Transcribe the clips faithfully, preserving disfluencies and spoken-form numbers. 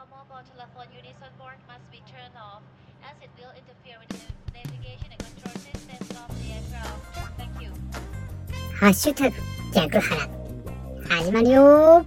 mobile telephone unison port must be turned off as it will interfere with the navigation and control systems of the aircraft. Thank you. ハッシュタグ逆腹始まるよ。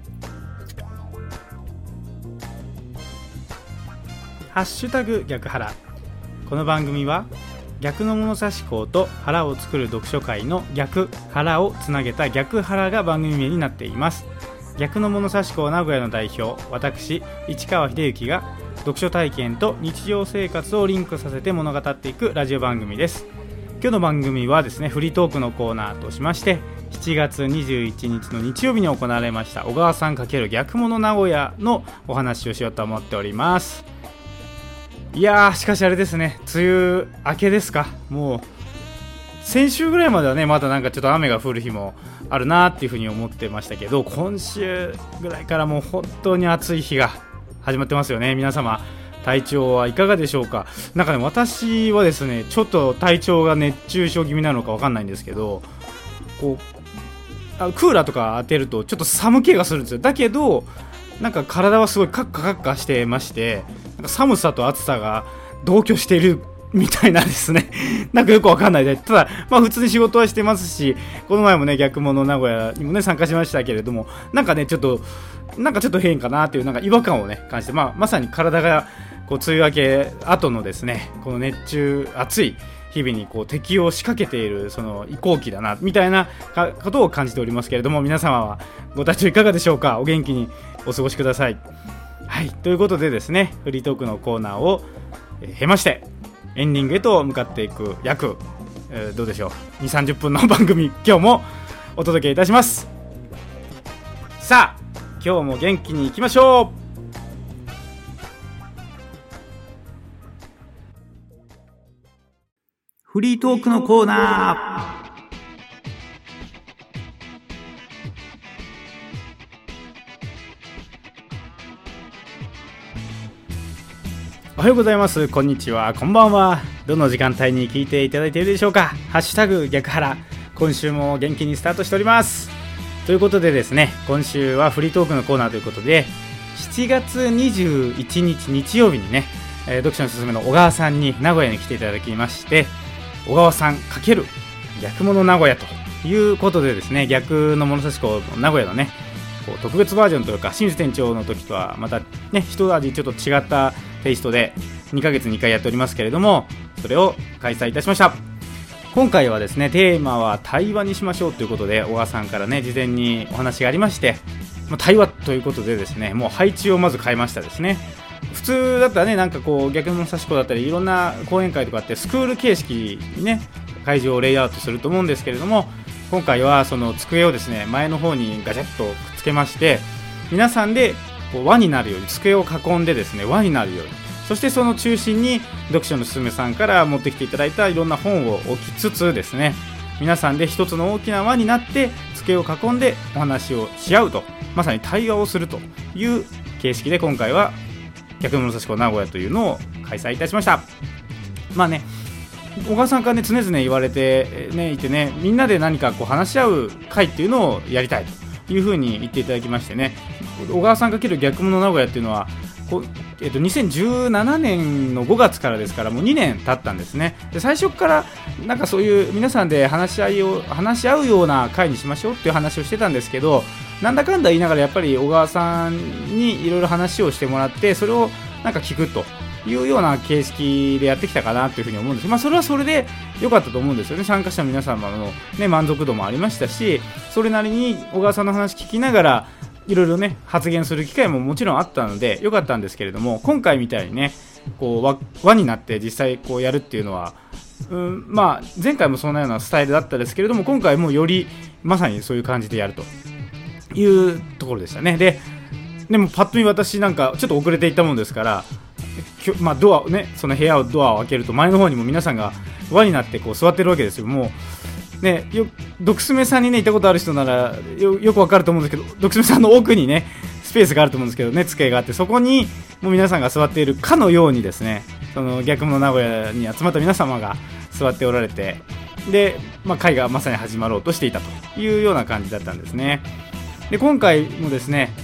ハッシュタグ逆腹。この番組は逆の物差し校と腹を作る読書会の逆腹をつなげた逆腹が番組名になっています。逆の物差し校名古屋の代表、私市川秀幸が読書体験と日常生活をリンクさせて物語っていくラジオ番組です。今日の番組はですね、フリートークのコーナーとしまして、しちがつにじゅういちにちの日曜日に行われました小川さん×逆物名古屋のお話をしようと思っております。いやー、しかしあれですね、梅雨明けですか。もう先週ぐらいまではね、まだなんかちょっと雨が降る日もあるなっていう風に思ってましたけど、今週ぐらいからもう本当に暑い日が始まってますよね。皆様体調はいかがでしょうか。なんかね、私はですね、ちょっと体調が熱中症気味なのかわかんないんですけど、こうあクーラーとか当てるとちょっと寒気がするんですよ。だけどなんか体はすごいカッカカッカしてまして、なんか寒さと暑さが同居しているみたいなんですね。なんかよくわかんないで、ただまあ普通に仕事はしてますし、この前もね逆物名古屋にもね参加しましたけれども、なんかねちょっとなんかちょっと変かなっていうなんか違和感をね感じて、まあまさに体がこう梅雨明け後のですね、この熱中暑い日々にこう適応しかけているその移行期だなみたいなことを感じておりますけれども、皆様はご体調いかがでしょうか。お元気にお過ごしください。はい、ということでですね、フリートークのコーナーを経ましてエンディングへと向かっていく約、えー、どうでしょう にじゅうさんじゅっぷんの番組、今日もお届けいたします。さあ今日も元気にいきましょう。フリートークのコーナー。おはようございます、こんにちは、こんばんは。どの時間帯に聞いていただいているでしょうか。ハッシュタグ逆腹、今週も元気にスタートしております。ということでですね、今週はフリートークのコーナーということで、しちがつにじゅういちにち日曜日にね、えー、読書のすすめの小川さんに名古屋に来ていただきまして、小川さん×逆物名古屋ということでですね、逆の物差し校名古屋のねこう特別バージョンというか、清水店長の時とはまたね一味ちょっと違ったテイストでにかげつにかいやっておりますけれども、それを開催いたしました。今回はですね、テーマは対話にしましょうということで、小川さんからね事前にお話がありまして、対話ということでですね、もう配置をまず変えましたですね。普通だったらね、なんかこう逆の差し子だったりいろんな講演会とかってスクール形式にね会場をレイアウトすると思うんですけれども、今回はその机をですね前の方にガチャッとくっつけまして、皆さんでこう輪になるように机を囲んでですね輪になるように、そしてその中心に読書のすすめさんから持ってきていただいたいろんな本を置きつつですね、皆さんで一つの大きな輪になって机を囲んでお話をし合うと、まさに対話をするという形式で今回は逆の物差し校名古屋というのを開催いたしました。まあね、小川さんからね常々言われて、ね、いてね、みんなで何かこう話し合う会っていうのをやりたいというふうに言っていただきましてね、小川さん×逆物名古屋っていうのはこう、えっと、にせんじゅうななねんのごがつからですから、もうにねん経ったんですね。で最初からなんかそういう皆さんで話し合いを話し合うような会にしましょうっていう話をしてたんですけど、なんだかんだ言いながらやっぱり小川さんにいろいろ話をしてもらって、それをなんか聞くというような形式でやってきたかなというふうに思うんです。まあそれはそれで良かったと思うんですよね。参加者の皆様の、ね、満足度もありましたし、それなりに小川さんの話聞きながらいろいろね発言する機会ももちろんあったので良かったんですけれども、今回みたいにねこう 輪, 輪になって実際こうやるっていうのは、うん、まあ前回もそんなようなスタイルだったですけれども、今回もよりまさにそういう感じでやるというところでしたね。ででもパッと見私なんかちょっと遅れていったもんですから、まあ、ドアね、その部屋をドアを開けると前の方にも皆さんが輪になってこう座ってるわけですよ。もうね、よドクスメさんにね行ったことある人なら よ, よくわかると思うんですけど、ドクスメさんの奥にねスペースがあると思うんですけどね、机があって、そこにもう皆さんが座っているかのようにですね、その逆物名古屋に集まった皆様が座っておられて、で、まあ、会がまさに始まろうとしていたというような感じだったんですね。で今回もですね、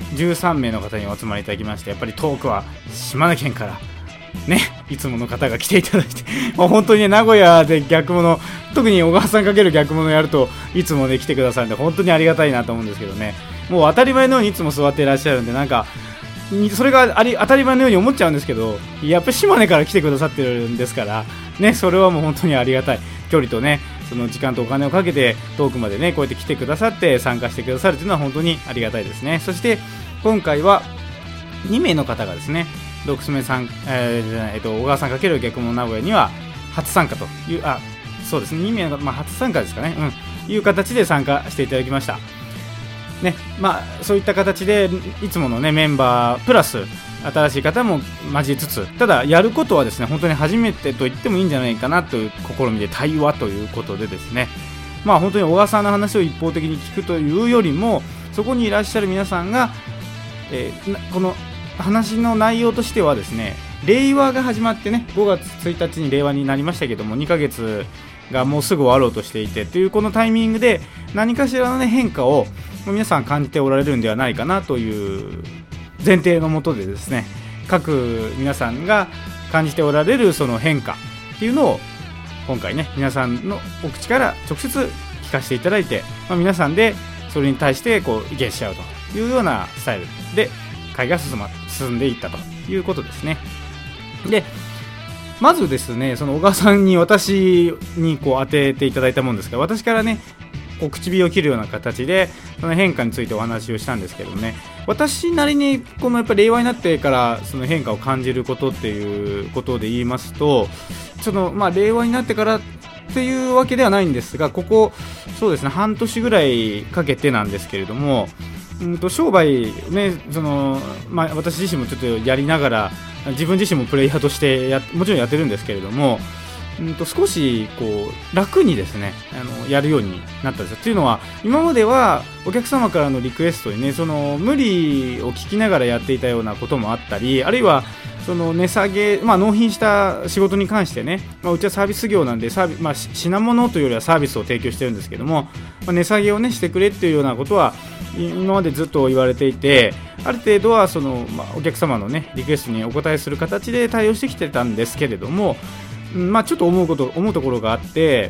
じゅうさんめいの方にお集まりいただきまして、やっぱりトークは島根県からね、いつもの方が来ていただいてもう本当にね、名古屋で逆物、特に小川さんかける逆物やるといつもね来てくださるんで、本当にありがたいなと思うんですけどね、もう当たり前のようにいつも座っていらっしゃるんで、なんかそれがあり当たり前のように思っちゃうんですけど、やっぱり島根から来てくださってるんですからね、それはもう本当にありがたい。距離とね、その時間とお金をかけて遠くまでねこうやって来てくださって参加してくださるというのは本当にありがたいですね。そして今回はにめいの方がですね、ろくすめさん、えーじゃないえっと、小川さんかける逆物名古屋には初参加という、あ、そうですね、にめいの方、まあ、初参加ですかね、うん、いう形で参加していただきました。ね、まあそういった形でいつものねメンバープラス新しい方も交えつつ、ただやることはですね本当に初めてと言ってもいいんじゃないかなという試みで対話ということでですね、まあ本当に小川さんの話を一方的に聞くというよりも、そこにいらっしゃる皆さんが、えー、この話の内容としてはですね、令和が始まってね、ごがつついたちに令和になりましたけども、にかげつがもうすぐ終わろうとしていてというこのタイミングで何かしらの、ね、変化を皆さん感じておられるんではないかなという前提のもとでですね、各皆さんが感じておられるその変化っていうのを今回ね皆さんのお口から直接聞かせていただいて、まあ、皆さんでそれに対してこう意見し合うというようなスタイルで会が進ま進んでいったということですね。でまずですね、その小川さんに私にこう当てていただいたもんですが、私からねこう唇を切るような形でその変化についてお話をしたんですけどね、私なりにこのやっぱり令和になってからその変化を感じることっていうことで言いますと、そのまあ令和になってからっていうわけではないんですが、ここそうですね半年ぐらいかけてなんですけれども、うんと商売ね、そのまあ私自身もちょっとやりながら自分自身もプレイヤーとしてやもちろんやってるんですけれども、うんと少しこう楽にですねあのやるようになったんですよ。というのは今まではお客様からのリクエストにね、その無理を聞きながらやっていたようなこともあったり、あるいはその値下げ、まあ、納品した仕事に関してね、まあ、うちはサービス業なんでサービ、まあ、品物というよりはサービスを提供してるんですけども、まあ、値下げをねしてくれっていうようなことは今までずっと言われていて、ある程度はその、まあ、お客様のねリクエストにお答えする形で対応してきてたんですけれども、まあ、ちょっと思うこと思うところがあって、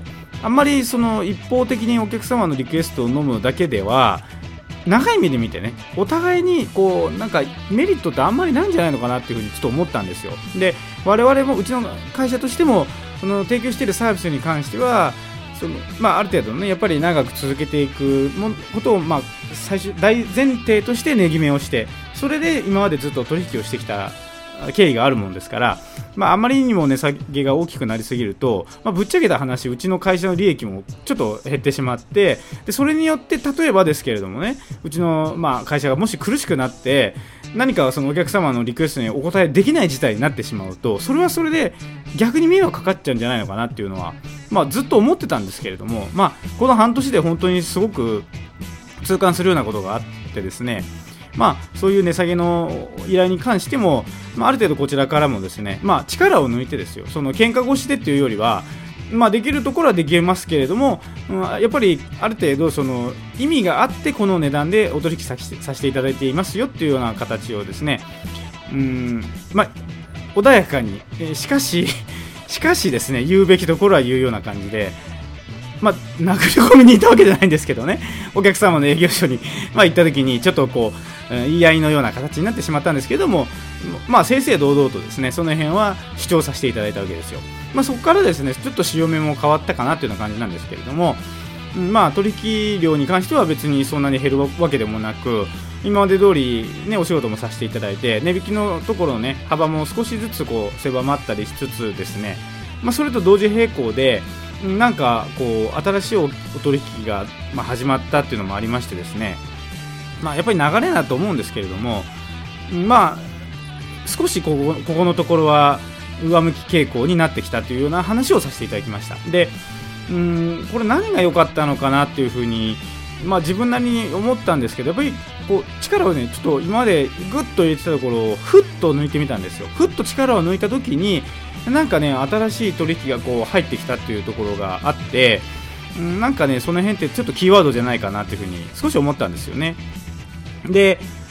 あんまりその一方的にお客様のリクエストを飲むだけでは長い目で見てね、お互いにこうなんかメリットってあんまりないんじゃないのかなっていうふうにちょっと思ったんですよ。で我々もうちの会社としてもその提供しているサービスに関してはその、まあ、ある程度ねやっぱり長く続けていくもことを、まあ、最初大前提として値決めをして、それで今までずっと取引をしてきた経緯があるものですから、まあ、あまりにも値下げが大きくなりすぎると、まあ、ぶっちゃけた話うちの会社の利益もちょっと減ってしまって、でそれによって例えばですけれどもね、うちの、まあ、会社がもし苦しくなって何かそのお客様のリクエストにお答えできない事態になってしまうと、それはそれで逆に迷惑かかっちゃうんじゃないのかなっていうのは、まあ、ずっと思ってたんですけれども、まあ、この半年で本当にすごく痛感するようなことがあってですね、まあ、そういう値下げの依頼に関しても、まあ、ある程度こちらからもですね、まあ、力を抜いてですよ、その喧嘩越しでっていうよりは、まあ、できるところはできますけれども、うん、やっぱりある程度その意味があってこの値段でお取引させて、させていただいていますよっていうような形をですね、うん、まあ、穏やかに、えー、しかししかしですね言うべきところは言うような感じで、まあ、殴り込みに行ったわけじゃないんですけどね、お客様の営業所に、まあ、行った時にちょっとこう言い合いのような形になってしまったんですけども、まあ、正々堂々とですねその辺は主張させていただいたわけですよ。まあ、そこからですねちょっと潮目も変わったかなというような感じなんですけれども、まあ、取引量に関しては別にそんなに減るわけでもなく、今まで通り、ね、お仕事もさせていただいて、値引きのところの、ね、幅も少しずつこう狭まったりしつつですね、まあ、それと同時並行でなんかこう新しいお取引がまあ始まったっていうのもありましてですね、まあ、やっぱり流れだと思うんですけれども、まあ少しここ、ここのところは上向き傾向になってきたというような話をさせていただきました。で、うーんこれ何が良かったのかなっていうふうに、まあ、自分なりに思ったんですけど、やっぱりこう力をねちょっと今までグッと入れてたところをふっと抜いてみたんですよ。ふっと力を抜いた時になんかね新しい取引がこう入ってきたっていうところがあって、なんかねその辺ってちょっとキーワードじゃないかなっていうふうに少し思ったんですよね。で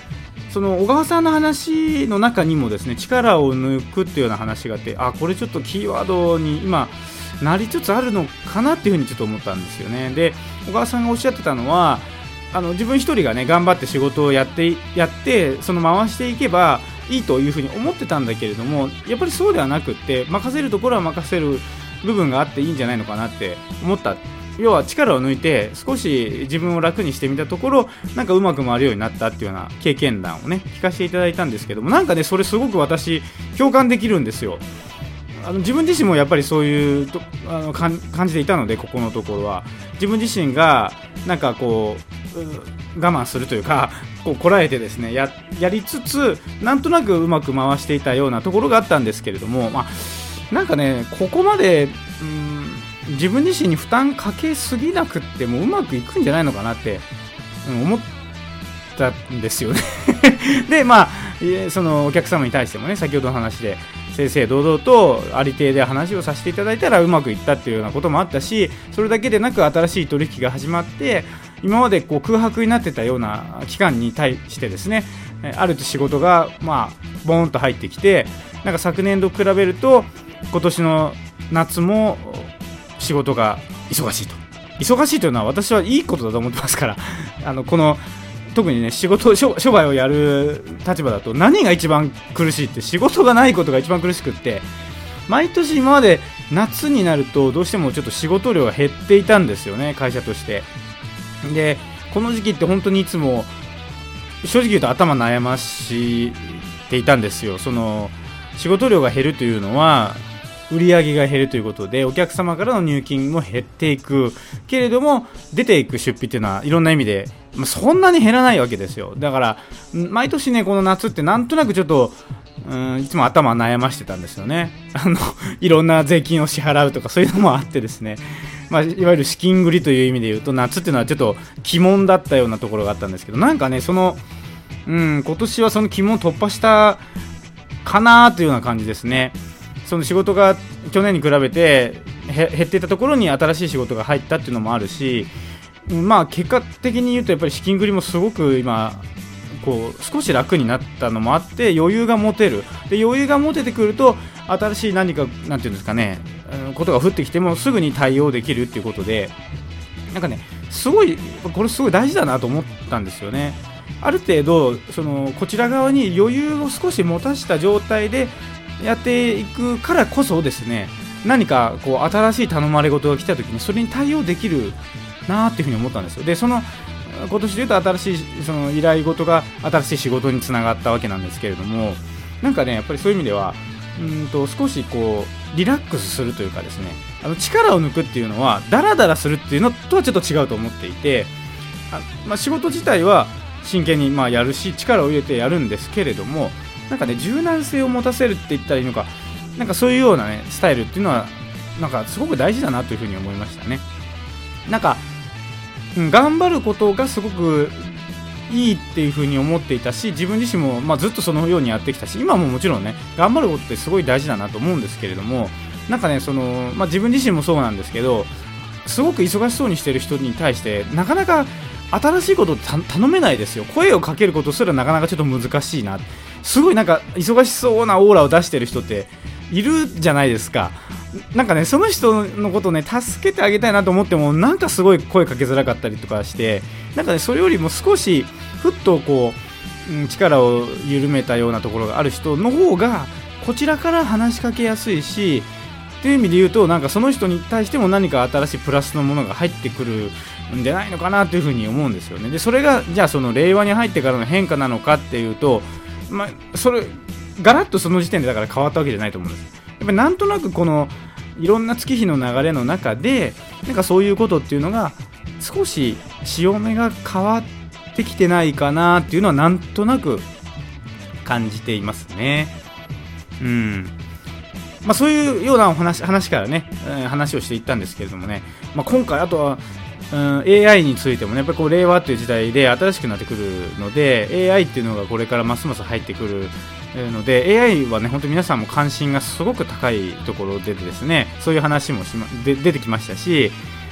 その小川さんの話の中にもですね、力を抜くっていうような話があって、あ、これちょっとキーワードに今なりつつあるのかなっていうふうにちょっと思ったんですよね。で、小川さんがおっしゃってたのは、あの自分一人がね頑張って仕事をやってやってその回していけばいいというふうに思ってたんだけれども、やっぱりそうではなくって、任せるところは任せる部分があっていいんじゃないのかなって思った。要は力を抜いて少し自分を楽にしてみたところ、なんかうまく回るようになったっていうような経験談をね聞かせていただいたんですけども、なんかねそれすごく私共感できるんですよ。あの自分自身もやっぱりそういうとあの感じていたので、ここのところは自分自身がなんかこう我慢するというか、こうこらえてですね や, やりつつなんとなくうまく回していたようなところがあったんですけれども、まあ、なんかねここまでうーん自分自身に負担かけすぎなくってもうまくいくんじゃないのかなって、うん、思ったんですよねで、まあそのお客様に対してもね、先ほどの話で正々堂々とありていで話をさせていただいたらうまくいったっていうようなこともあったし、それだけでなく新しい取引が始まって、今までこう空白になってたような期間に対してですね、ある仕事がまあボーンと入ってきて、なんか昨年度比べると今年の夏も仕事が忙しいと。忙しいというのは私はいいことだと思ってますから、あのこの特にね仕事商売をやる立場だと何が一番苦しいって、仕事がないことが一番苦しくって、毎年今まで夏になるとどうしてもちょっと仕事量が減っていたんですよね、会社として。でこの時期って本当にいつも正直言うと頭悩ましていたんですよ。その仕事量が減るというのは売り上げが減るということで、お客様からの入金も減っていくけれども、出ていく出費っていうのはいろんな意味で、まあ、そんなに減らないわけですよ。だから毎年ねこの夏ってなんとなくちょっとうんいつも頭悩ましてたんですよね。あのいろんな税金を支払うとかそういうのもあってですね、まあ、いわゆる資金繰りという意味で言うと夏っていうのはちょっと鬼門だったようなところがあったんですけど、なんかねそのうん今年はその鬼門を突破したかなというような感じですね。その仕事が去年に比べて減っていたところに新しい仕事が入ったっていうのもあるし、まあ結果的に言うとやっぱり資金繰りもすごく今こう少し楽になったのもあって余裕が持てる。で余裕が持ててくると新しい何かなんていうんですかね、ことが降ってきてもすぐに対応できるっていうことで、なんかねすごいこれすごい大事だなと思ったんですよね。ある程度そのこちら側に余裕を少し持たした状態でやっていくからこそですね、何かこう新しい頼まれ事が来た時にそれに対応できるなっていうふうに思ったんですよ。でその今年でいうと新しいその依頼事が新しい仕事につながったわけなんですけれども、なんかねやっぱりそういう意味ではうんと少しこうリラックスするというかですね、あの力を抜くっていうのはダラダラするっていうのとはちょっと違うと思っていて、あ、まあ、仕事自体は真剣にまあやるし力を入れてやるんですけれども、なんかね柔軟性を持たせるって言ったらいいのか、なんかそういうようなねスタイルっていうのはなんかすごく大事だなというふうに思いましたね。なんか、うん、頑張ることがすごくいいっていうふうに思っていたし、自分自身もまあずっとそのようにやってきたし、今ももちろんね頑張ることってすごい大事だなと思うんですけれども、なんかねその、まあ、自分自身もそうなんですけど、すごく忙しそうにしてる人に対してなかなか新しいことって頼めないですよ。声をかけることすらなかなかちょっと難しいな。すごいなんか忙しそうなオーラを出してる人っているじゃないですか。なんかねその人のことをね助けてあげたいなと思ってもなんかすごい声かけづらかったりとかして、なんかねそれよりも少しふっとこう、うん、力を緩めたようなところがある人の方がこちらから話しかけやすいし、という意味で言うとなんかその人に対しても何か新しいプラスのものが入ってくるんじゃないのかなというふうに思うんですよね。でそれがじゃあその令和に入ってからの変化なのかっていうと、まあ、それガラッとその時点でだから変わったわけじゃないと思うんです。やっぱりなんとなくこのいろんな月日の流れの中でなんかそういうことっていうのが少し潮目が変わってきてないかなっていうのはなんとなく感じていますね。うん。まあ、そういうようなお話、話からね、えー、話をしていったんですけれどもね、まあ、今回あとは、うん、エーアイ についてもねやっぱりこう令和という時代で新しくなってくるので エーアイ っていうのがこれからますます入ってくるので エーアイ はね本当に皆さんも関心がすごく高いところでですね、そういう話もし、ま、で出てきましたし、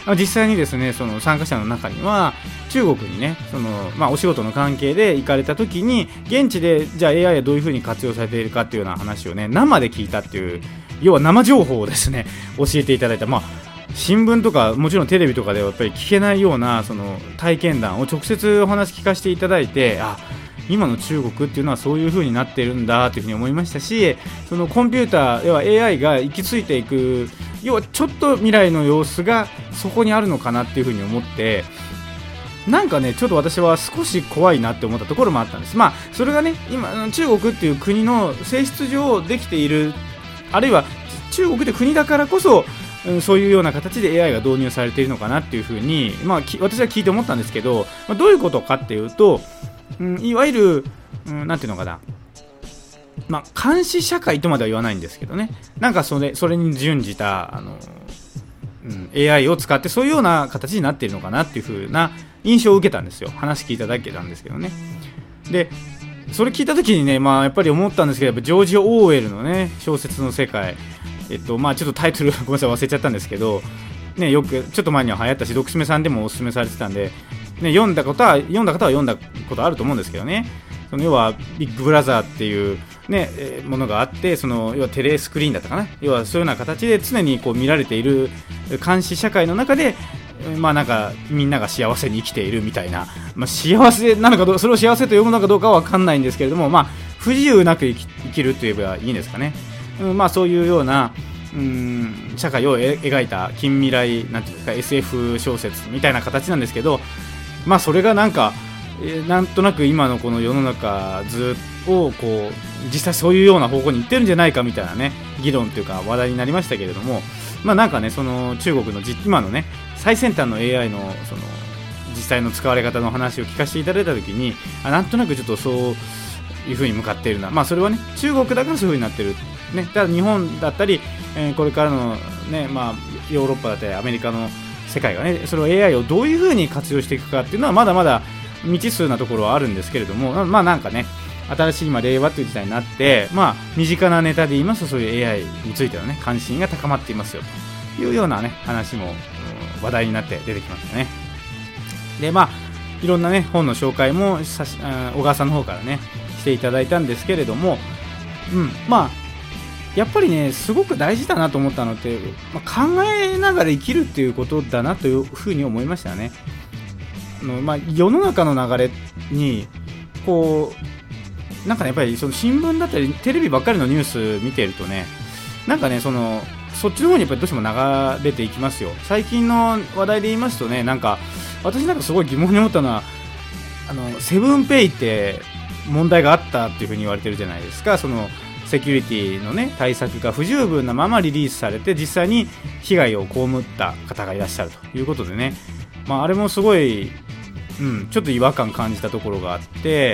実際にですねその参加者の中には中国にねその、まあ、お仕事の関係で行かれた時に現地でじゃあ エーアイ はどういう風に活用されているかっていうような話をね生で聞いたっていう要は生情報をですね教えていただいた、まあ、新聞とかもちろんテレビとかではやっぱり聞けないようなその体験談を直接お話聞かせていただいてあ今の中国っていうのはそういう風になってるんだというふうに思いましたしそのコンピューター要は エーアイ が行き着いていく要はちょっと未来の様子がそこにあるのかなっていうふうに思ってなんかねちょっと私は少し怖いなって思ったところもあったんです。まあそれがね今中国っていう国の性質上できているあるいは中国って国だからこそ、うん、そういうような形で エーアイ が導入されているのかなっていうふうに、まあ、私は聞いて思ったんですけど、まあ、どういうことかっていうと、うん、いわゆる、うん、なんていうのかなまあ、監視社会とまでは言わないんですけどねなんかそれ、それに準じたあの、うん、エーアイ を使ってそういうような形になっているのかなっていう風な印象を受けたんですよ。話聞いただけなんですけどね。でそれ聞いた時にね、まあ、やっぱり思ったんですけどやっぱジョージ・オーウェルのね小説の世界、えっとまあ、ちょっとタイトルごめんなさい忘れちゃったんですけど、ね、よくちょっと前には流行ったし読書めさんでもおすすめされてたんで、ね、読んだことは読んだ方は読んだことあると思うんですけどねその要はビッグブラザーっていうね、えー、ものがあってその要はテレスクリーンだったかな要はそういうような形で常にこう見られている監視社会の中で、えー、まあなんかみんなが幸せに生きているみたいな、まあ、幸せなのかどうそれを幸せと呼ぶのかどうかは分かんないんですけれども、まあ、不自由なく生き、生きるといえばいいんですかね、うんまあ、そういうようなうん社会を描いた近未来なんていうんですか エスエフ 小説みたいな形なんですけど、まあそれがなんかなんとなく今のこの世の中ずっとこう実際そういうような方向に行ってるんじゃないかみたいなね議論というか話題になりましたけれども、まあなんかねその中国の今のね最先端の エーアイ のその実際の使われ方の話を聞かせていただいたときにあなんとなくちょっとそういう風に向かっているな、まあそれはね中国だからそういう風になってるね、ただ日本だったり、えー、これからのねまあヨーロッパだったりアメリカの世界がねそれを エーアイ をどういう風に活用していくかっていうのはまだまだ未知数なところはあるんですけれども、まあなんかね新しい今令和という時代になってまあ身近なネタで言いますとそういう エーアイ についてのね関心が高まっていますよというようなね話も話題になって出てきましたね。でまあいろんなね本の紹介もさし小川さんの方からねしていただいたんですけれども、うんまあやっぱりねすごく大事だなと思ったのって、まあ、考えながら生きるっていうことだなというふうに思いましたね。あの、まあ、世の中の流れにこうなんかねやっぱりその新聞だったりテレビばっかりのニュース見てるとねなんかねそのそっちの方にやっぱりどうしても流れていきますよ。最近の話題で言いますとねなんか私なんかすごい疑問に思ったのはあのセブンペイって問題があったっていうふうに言われてるじゃないですか。そのセキュリティのね対策が不十分なままリリースされて実際に被害を被った方がいらっしゃるということでね、まあ、あれもすごい、うん、ちょっと違和感感じたところがあって、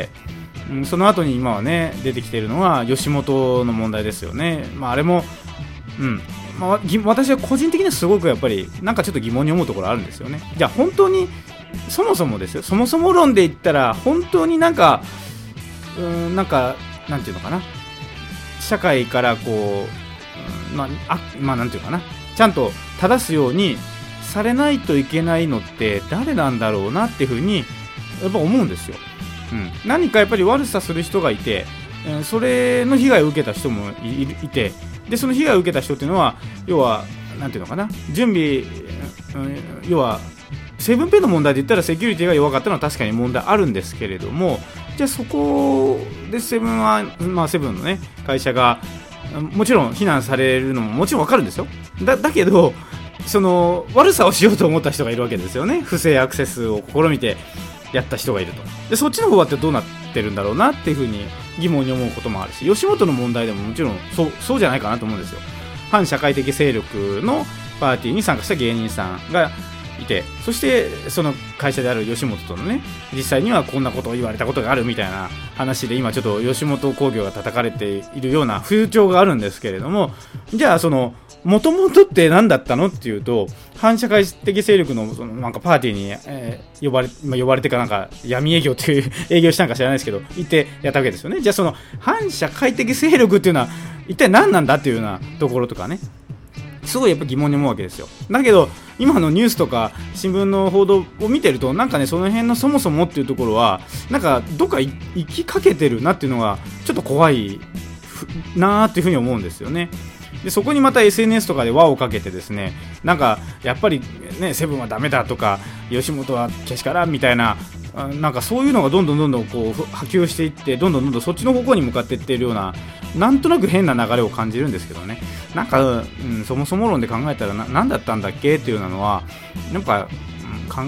うん、その後に今はね出てきているのは吉本の問題ですよね。まあ、あれも、うんまあ、私は個人的にはすごくやっぱりなんかちょっと疑問に思うところあるんですよね。じゃあ本当にそもそもですよそもそも論で言ったら本当になんかうーんなんかなんていうのかな社会からこう、うん、まあ、あまあなんていうかなちゃんと正すようにされないといけないのって誰なんだろうなっていうふうにやっぱ思うんですよ、うん、何かやっぱり悪さする人がいて、えー、それの被害を受けた人も い, いてでその被害を受けた人っていうのは要はなんていうのかな準備、うん、要はセブンペイの問題で言ったらセキュリティが弱かったのは確かに問題あるんですけれどもじゃあそこでセブンは、まあ、セブンの、ね、会社がもちろん非難されるのももちろん分かるんですよ。 だ, だけどその悪さをしようと思った人がいるわけですよね。不正アクセスを試みてやった人がいると。でそっちの方はってどうなってるんだろうなっていうふうに疑問に思うこともあるし吉本の問題でももちろん そう、そうじゃないかなと思うんですよ。反社会的勢力のパーティーに参加した芸人さんがいてそしてその会社である吉本とのね実際にはこんなことを言われたことがあるみたいな話で今ちょっと吉本興業が叩かれているような風潮があるんですけれどもじゃあその元々って何だったのっていうと反社会的勢力 の, そのなんかパーティーに、えー、呼ばれ、まあ、呼ばれてかなんか闇営業っていう営業したんか知らないですけど行ってやったわけですよね。じゃあその反社会的勢力っていうのは一体何なんだっていうようなところとかねすごいやっぱ疑問に思うわけですよ。だけど今のニュースとか新聞の報道を見てると、なんかねその辺のそもそもっていうところはなんかどっか行きかけてるなっていうのがちょっと怖いなーっていうふうに思うんですよね。でそこにまた エスエヌエス とかで輪をかけてですね、なんかやっぱりねセブンはダメだとか吉本はけしからんみたいな、なんかそういうのがどんどんどんどんこう波及していって、どんどんどんどんそっちの方向に向かっていっているような、なんとなく変な流れを感じるんですけどね。なんか、うん、そもそも論で考えたらな何だったんだっけっていうのはなんか、うんかんうん、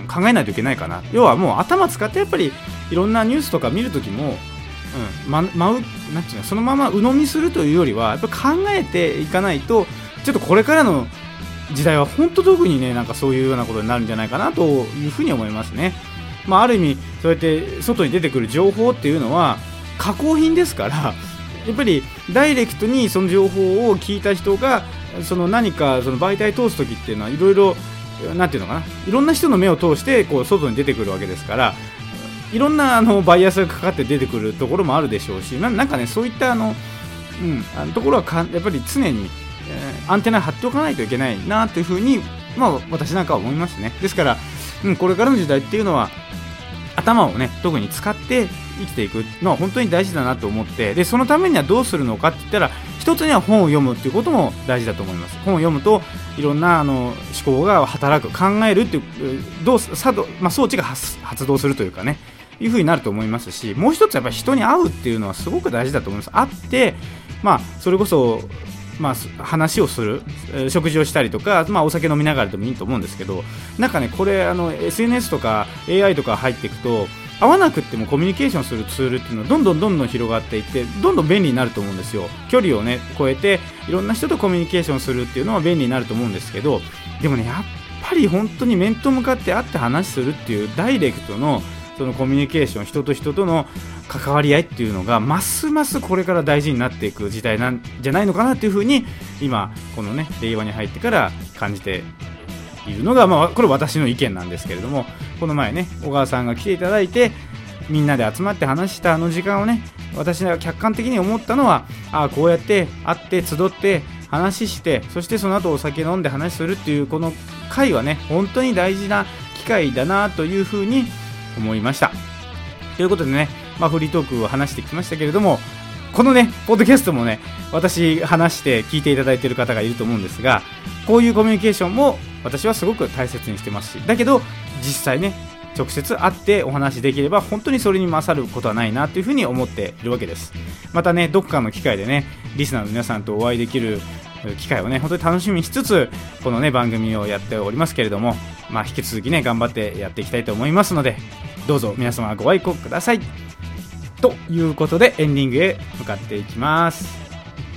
考えないといけないかな。要はもう頭使ってやっぱりいろんなニュースとか見るときも、うんままうなんていうの、そのまま鵜呑みするというよりはやっぱ考えていかないと、ちょっとこれからの時代は本当特にね、なんかそういうようなことになるんじゃないかなというふうに思いますね。まあ、ある意味そうやって外に出てくる情報っていうのは加工品ですから、やっぱりダイレクトにその情報を聞いた人がその何かその媒体通すときっていうのはいろいろなんていうのかな、いろんな人の目を通してこう外に出てくるわけですから、いろんなあのバイアスがかかって出てくるところもあるでしょうし、な, なんかねそういったあの、うん、あのところはかやっぱり常に、えー、アンテナ張っておかないといけないなというふうに、まあ、私なんかは思いますね。ですから、うん、これからの時代っていうのは頭をね特に使って生きていくのは本当に大事だなと思って、でそのためにはどうするのかって言ったら、一つには本を読むっていうことも大事だと思います。本を読むといろんなあの思考が働く、考えるっていう動作動、まあ、装置が 発, 発動するというかね、いう風になると思いますし、もう一つやっぱり人に会うっていうのはすごく大事だと思います。会って、まあ、それこそ、まあ、話をする、食事をしたりとか、まあ、お酒飲みながらでもいいと思うんですけど、なんかねこれあの エスエヌエス とか エーアイ とか入っていくと、会わなくってもコミュニケーションするツールっていうのはどんどんどんどん広がっていって、どんどん便利になると思うんですよ。距離をね超えていろんな人とコミュニケーションするっていうのは便利になると思うんですけど、でもねやっぱり本当に面と向かって会って話するっていうダイレクトのそのコミュニケーション、人と人との関わり合いっていうのがますますこれから大事になっていく時代なんじゃないのかなっていうふうに今このね令和に入ってから感じているのが、まあこれ私の意見なんですけれども、この前ね小川さんが来ていただいてみんなで集まって話したあの時間をね、私が客観的に思ったのは、ああこうやって会って集って話して、そしてその後お酒飲んで話するっていうこの会はね本当に大事な機会だなというふうに思いました。ということでね、まあ、フリートークを話してきましたけれども、このねポッドキャストもね私話して聞いていただいている方がいると思うんですが、こういうコミュニケーションも私はすごく大切にしてますし、だけど実際ね直接会ってお話できれば本当にそれに勝ることはないなというふうに思っているわけです。またねどっかの機会でねリスナーの皆さんとお会いできる機会をね本当に楽しみにしつつ、このね番組をやっておりますけれども、まあ引き続きね頑張ってやっていきたいと思いますので、どうぞ皆様ご愛顧ください。ということでエンディングへ向かっていきます。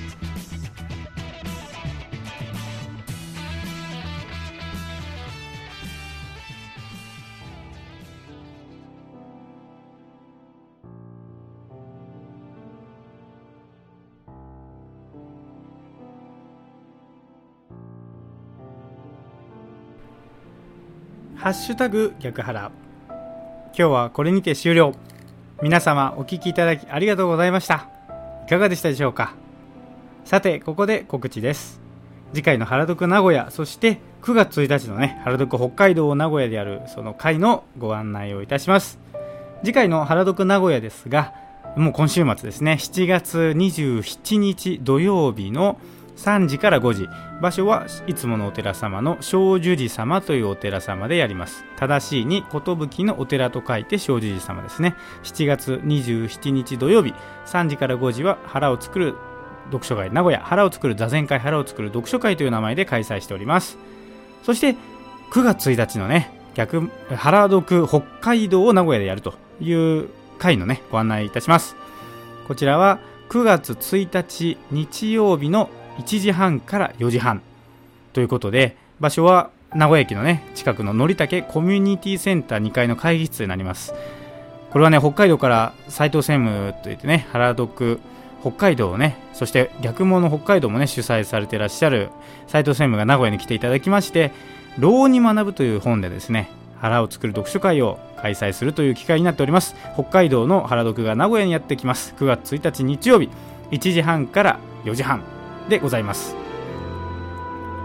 ハッシュタグ逆腹、今日はこれにて終了。皆様お聞きいただきありがとうございました。いかがでしたでしょうか。さてここで告知です。次回の原読名古屋、そしてくがつついたちのね原読北海道名古屋であるその会のご案内をいたします。次回の原読名古屋ですが、もう今週末ですね、しちがつにじゅうしちにち土曜日のさんじからごじ、場所はいつものお寺様の正寿寺様というお寺様でやります。正しいに寿のお寺と書いて正寿寺様ですね。しちがつにじゅうしちにち土曜日さんじからごじは腹を作る読書会名古屋、腹を作る座禅会、腹を作る読書会という名前で開催しております。そしてくがつついたちのね逆腹読北海道を名古屋でやるという会のねご案内いたします。こちらはくがつついたち日曜日のいちじはんからよじはんということで、場所は名古屋駅のね近くののりたけコミュニティセンターにかいの会議室になります。これはね北海道から斉藤専務といってね原読北海道をね、そして逆網の北海道もね主催されていらっしゃる斉藤専務が名古屋に来ていただきまして、老に学ぶという本でですね腹を作る読書会を開催するという機会になっております。北海道の原読が名古屋にやってきます。くがつついたち日曜日いちじはんからよじはんでございます。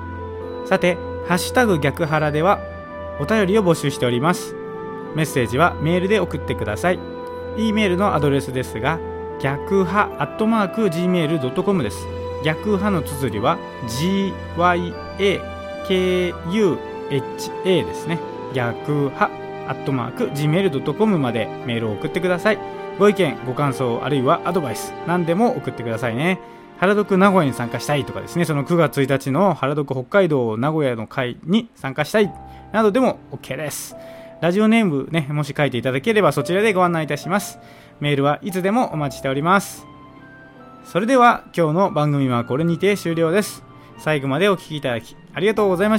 さて、ハッシュタグ逆ハラではお便りを募集しております。メッセージはメールで送ってください。 E メールのアドレスですが、逆ハアットマーク ジーメールドットコム です。逆ハの綴りは ジーワイエーケーユーエイチエー ですね。逆ハアットマーク ジーメールドットコム までメールを送ってください。ご意見ご感想あるいはアドバイス何でも送ってくださいね。原読名古屋に参加したいとかですね、そのくがつついたちの原読北海道名古屋の会に参加したいなどでも OK です。ラジオネームね、もし書いていただければそちらでご案内いたします。メールはいつでもお待ちしております。それでは今日の番組はこれにて終了です。最後までお聞きいただきありがとうございました。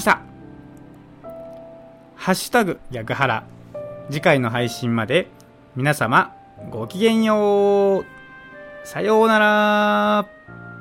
ハッシュタグ逆ハラ、次回の配信まで皆様ごきげんよう。さようなら。